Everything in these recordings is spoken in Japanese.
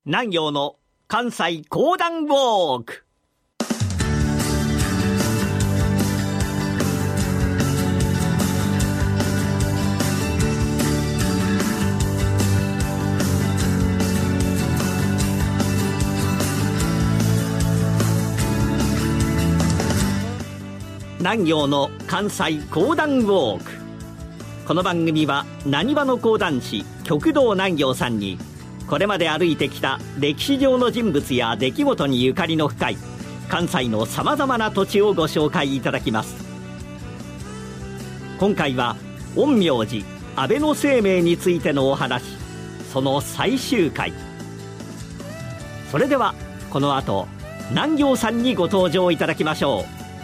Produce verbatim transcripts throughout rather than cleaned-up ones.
南陽の関西講談ウォーク。南陽の関西講談ウォーク。この番組はなにわの講談師旭堂南陽さんに、これまで歩いてきた歴史上の人物や出来事にゆかりの深い関西のさまざまな土地をご紹介いただきます。今回は陰陽師安倍晴明についてのお話、その最終回。それではこの後南陽さんにご登場いただきましょう。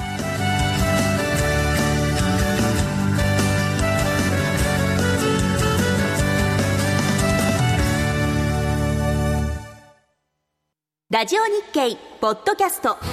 ラジオ日経ポッドキャスト、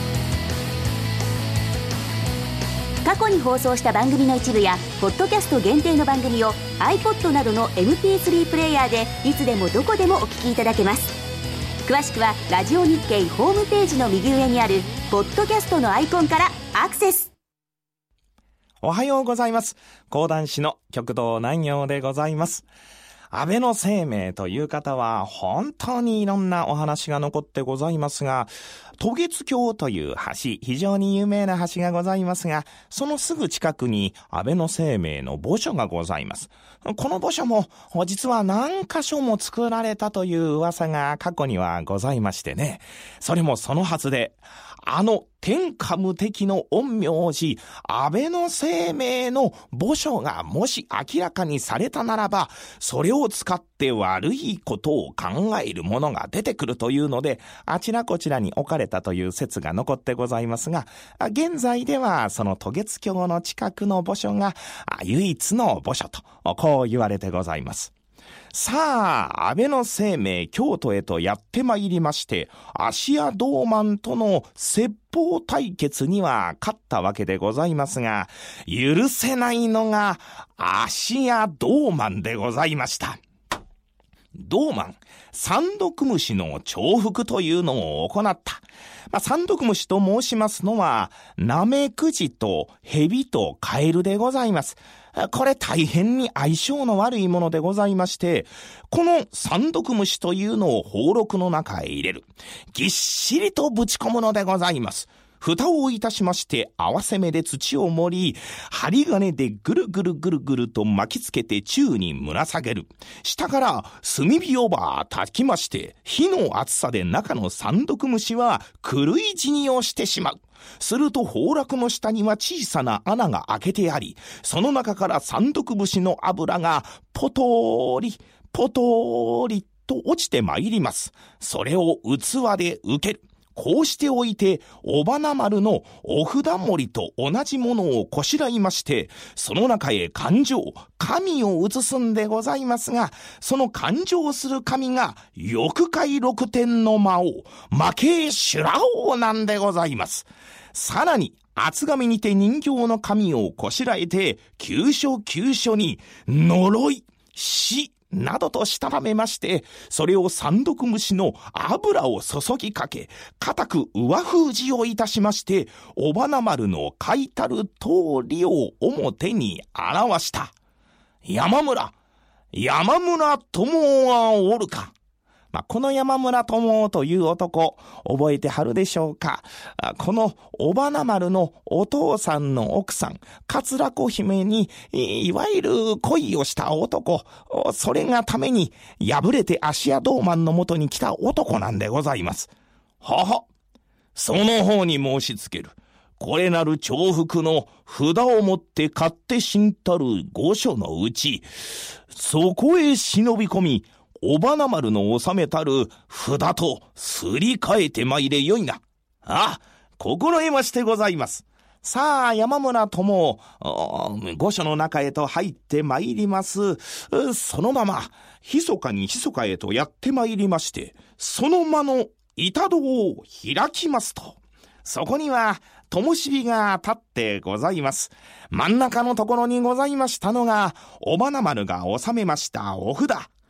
過去に放送した番組の一部やポッドキャスト限定の番組を iPod などの エムピースリー プレイヤーでいつでもどこでもお聞きいただけます。詳しくはラジオ日経ホームページの右上にあるポッドキャストのアイコンからアクセス。 おはようございます。講談師の旭堂南陽でございます。安倍晴明という方は本当にいろんなお話が残ってございますが、渡月橋という橋、非常に有名な橋がございますが、そのすぐ近くに安倍晴明の墓所がございます。この墓所も実は何箇所も作られたという噂が過去にはございましてね、それもそのはずで、あの天下無敵の陰陽師安倍晴明の墓所がもし明らかにされたならば、それを使って悪いことを考えるものが出てくるというので、あちらこちらに置かれたという説が残ってございますが、現在ではその渡月橋の近くの墓所が唯一の墓所とこう言われてございます。さあ、安倍晴明京都へとやってまいりまして、芦屋道満との説法対決には勝ったわけでございますが、許せないのが芦屋道満でございました。道満、三毒虫の重複というのを行った。まあ、三毒虫と申しますのは、ナメクジとヘビとカエルでございます。これ大変に相性の悪いものでございまして、この三毒虫というのを宝禄の中へ入れる。ぎっしりとぶち込むのでございます。蓋をいたしまして、合わせ目で土を盛り、針金でぐるぐるぐるぐると巻きつけて宙にぶら下げる。下から炭火をばー焚きまして、火の熱さで中の三毒虫は狂い死にをしてしまう。すると崩落の下には小さな穴が開けてあり、その中から三毒虫の油がポトーリ、ポトーリと落ちてまいります。それを器で受ける。こうしておいて、尾花丸のお札盛りと同じものをこしらいまして、その中へ勘定、神を移すんでございますが、その勘定する神が、翼界六天の魔王、魔系修羅王なんでございます。さらに、厚紙にて人形の神をこしらえて、急所急所に、呪い、死、などとしたためまして、それを三毒虫の油を注ぎかけ、固く上封じをいたしまして、尾花丸の書いたる通りを表に表した。山村、山村友はおるか。まあ、この山村友という男、覚えてはるでしょうか。この尾花丸のお父さんの奥さん、桂子姫に、いわゆる恋をした男、それがために敗れて芦屋道満のもとに来た男なんでございます。はは、その方に申し付ける。これなる重複の札を持って買ってしんたる御所のうち、そこへ忍び込み、尾花丸の収めたる札とすり替えてまいれよいな。ああ、心得ましてございます。さあ、山村友、御所の中へと入ってまいります。そのまま、密かに密かへとやってまいりまして、その間の板戸を開きますと、そこには、灯火が立ってございます。真ん中のところにございましたのが、尾花丸が収めましたお札。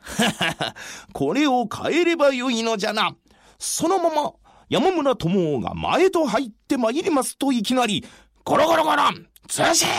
これを変えればよいのじゃな。そのまま山村友王が前と入ってまいりますと、いきなりゴロゴロゴロン通信、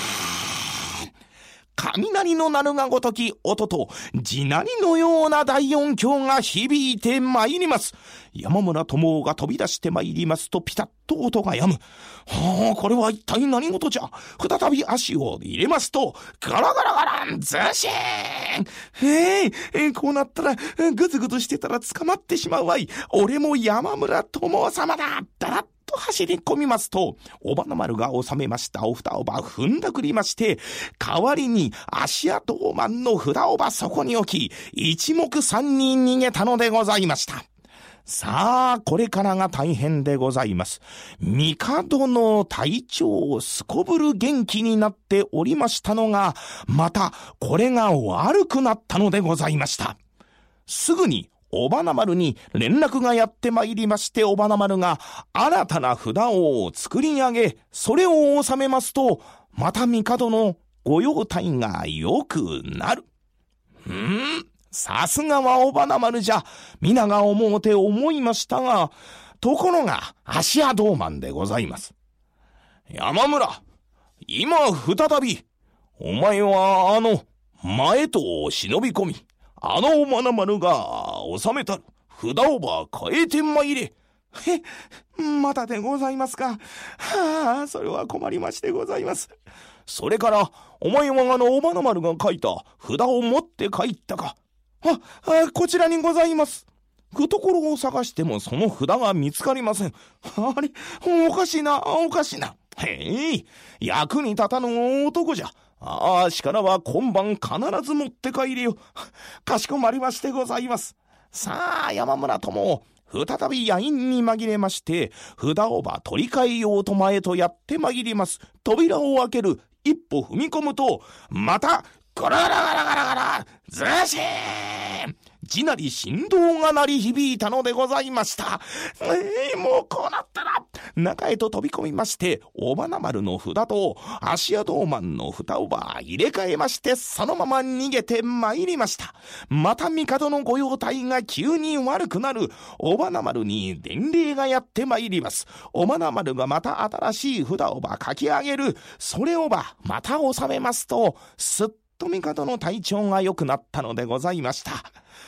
雷の鳴るがごとき音と地鳴りのような大音響が響いてまいります。山村友王が飛び出してまいりますと、ピタッと音が止む。はあ、これは一体何事じゃ。再び足を入れますと、ガラガラガランズシーン。えー、えー、こうなったらグズグズしてたら捕まってしまうわい。俺も山村友王様だ。だらっと走り込みますと、おばな丸が収めましたお札をば踏んだくりまして、代わりに足跡マンの札をばそこに置き、一目散に逃げたのでございました。さあ、これからが大変でございます。帝の体調すこぶる元気になっておりましたのが、またこれが悪くなったのでございました。すぐにおばな丸に連絡がやってまいりまして、おばな丸が新たな札を作り上げ、それを収めますと、また帝のご容態が良くなる。うーん、さすがはおばな丸じゃ、皆が思うて思いましたが、ところが芦屋道満でございます。山村、今再びお前はあの前と忍び込み、あのおばな丸が収めたる札をば変えてまいれ。へ、またでございますか。はあ、それは困りましてございます。それからお前はあのおばな丸が書いた札を持って帰ったか。あ、あ、こちらにございます。懐を探してもその札が見つかりません。あれ、おかしいな、おかしいな。へえ、役に立たぬ男じゃ。ああ、しからは今晩必ず持って帰れよ。かしこまりましてございます。さあ、山村友、再び夜陰に紛れまして、札をば取り替えようと前とやってまいります。扉を開ける。一歩踏み込むと、また、ゴラガラガラガラガラ、ズシーン、地鳴り振動が鳴り響いたのでございました。えー、もうこうなったら、中へと飛び込みまして、おばな丸の札と芦屋道満の札をば入れ替えまして、そのまま逃げてまいりました。また帝のご容態が急に悪くなる。おばな丸に伝令がやってまいります。おばな丸がまた新しい札をば書き上げる。それをばまた収めますと、すっと帝の体調が良くなったのでございました。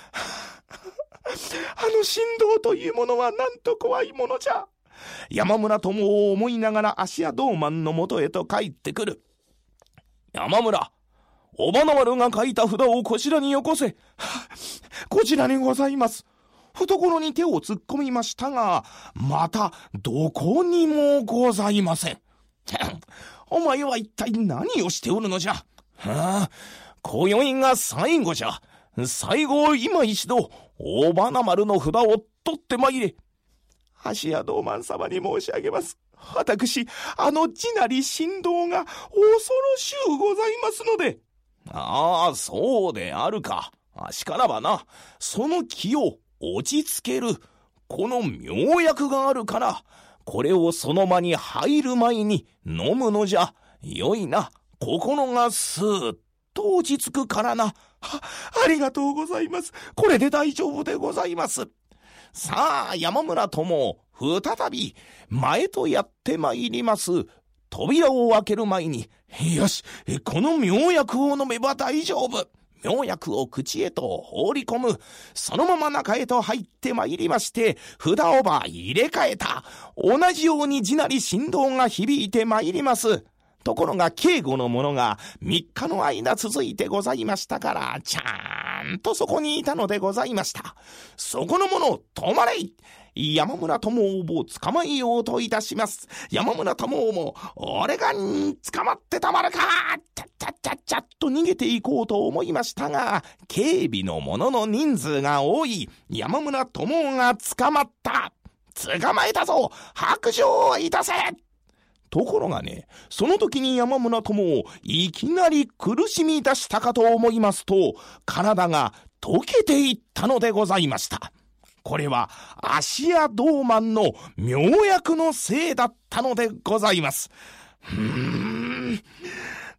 あの振動というものはなんと怖いものじゃ。山村友を思いながら芦屋道満のもとへと帰ってくる。山村、おばな丸が書いた札をこちらによこせ。こちらにございます。懐に手を突っ込みましたが、またどこにもございません。お前は一体何をしておるのじゃ。はあ、今宵が最後じゃ。最後今一度おばな丸の札を取ってまいれ。芦屋道満様に申し上げます。私、あの地鳴り振動が恐ろしゅうございますので。ああ、そうであるか。しからばな、その気を落ち着けるこの妙薬があるから、これをその間に入る前に飲むのじゃ。よいな。心がスーッと落ち着くからな。は、ありがとうございます。これで大丈夫でございます。さあ、山村友、再び前とやってまいります。扉を開ける前に、よし、この妙薬を飲めば大丈夫。妙薬を口へと放り込む。そのまま中へと入ってまいりまして、札をば入れ替えた。同じように地鳴り振動が響いてまいります。ところが警護のものがみっかの間続いてございましたから、ちゃんとそこにいたのでございました。そこのもの止まれ。山村友をを捕まえようといたします。山村友も、俺が捕まってたまるか、ちゃっちゃっちゃっちゃっと逃げていこうと思いましたが、警備の者の人数が多い。山村友が捕まった。捕まえたぞ、白状いたせ。ところがね、その時に山村友をいきなり苦しみ出したかと思いますと、体が溶けていったのでございました。これは芦屋道満の妙薬のせいだったのでございます。うーん、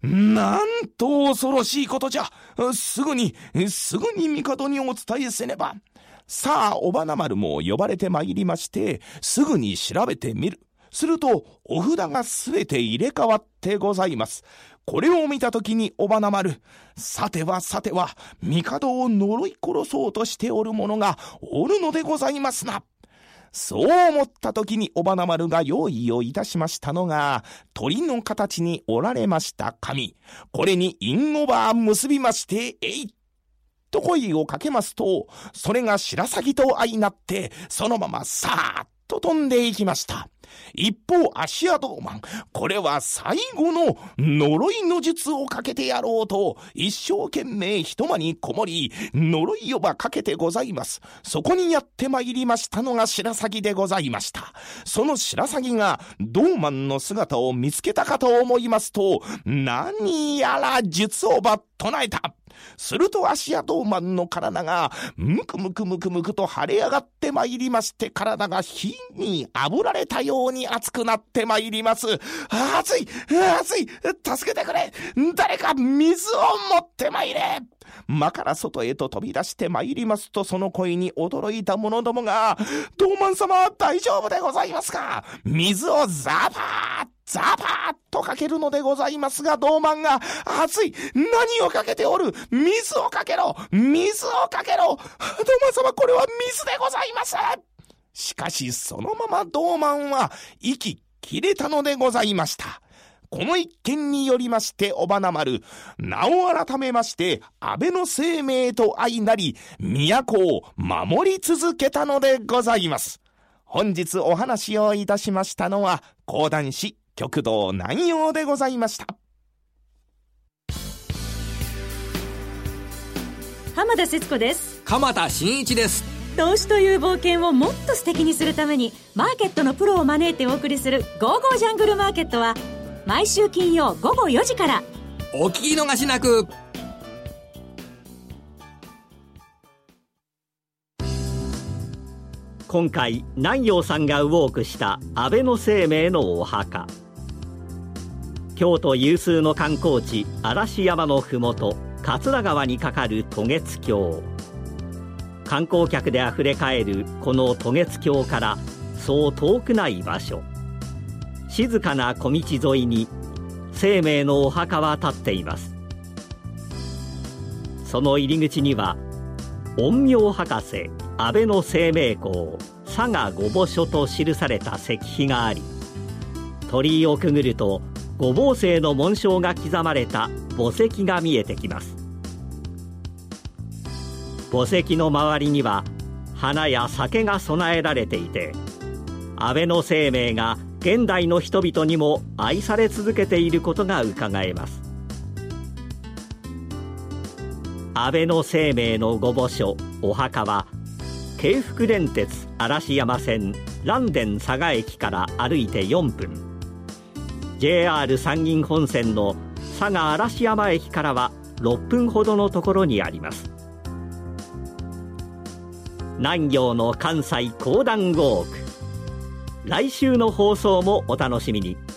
なんと恐ろしいことじゃ。すぐに、すぐに帝にお伝えせねば。さあ、尾花丸も呼ばれてまいりまして、すぐに調べてみる。すると、お札がすべて入れ替わってございます。これを見たときに尾花丸、さてはさては、帝を呪い殺そうとしておる者がおるのでございますな。そう思ったときに尾花丸が用意をいたしましたのが、鳥の形に折られました紙。これに印をば結びまして、えいっと声をかけますと、それが白鷺と相なって、そのままさーっと飛んでいきました。一方、芦屋道満、これは最後の呪いの術をかけてやろうと、一生懸命一間にこもり、呪いをばかけてございます。そこにやってまいりましたのが白鷺でございました。その白鷺が道満の姿を見つけたかと思いますと、何やら術をば唱えた。すると芦屋道満の体がむくむくむくむくと腫れ上がってまいりまして、体が火に炙られたように熱くなってまいります。熱い熱い、助けてくれ、誰か水を持ってまいれ。間から外へと飛び出してまいりますと、その声に驚いた者どもが、道満様大丈夫でございますか。水をザバーザバーっとかけるのでございますが、道満が、熱い、何をかけておる、水をかけろ、水をかけろ、道満様これは水でございます。しかしそのまま道満は息切れたのでございました。この一件によりまして尾花丸、名を改めまして安倍の生命と相なり、都を守り続けたのでございます。本日お話をいたしましたのは講談師旭堂南陽でございました。 浜田節子です。 鎌田新一です。 投資という冒険をもっと素敵にするためにマーケットのプロを招いてお送りするゴーゴージャングルマーケットは毎週金曜午後よじから。 お聞き逃しなく。 今回南陽さんがウォークした安倍晴明のお墓。京都有数の観光地嵐山のふもと桂川に架かる渡月橋。観光客であふれかえるこの渡月橋からそう遠くない場所、静かな小道沿いに生命のお墓は建っています。その入り口には陰陽博士安倍晴明公佐賀御墓所と記された石碑があり、鳥居をくぐると御坊星の紋章が刻まれた墓石が見えてきます。墓石の周りには花や酒が供えられていて、安倍晴明が現代の人々にも愛され続けていることがうかがえます。安倍晴明の御墓所お墓は京福電鉄嵐山線蘭電佐賀駅から歩いてよんぷん、 ジェイアール 山陰本線の佐賀嵐山駅からはろっぷんほどのところにあります。南陽の関西講談ウォーク、来週の放送もお楽しみに。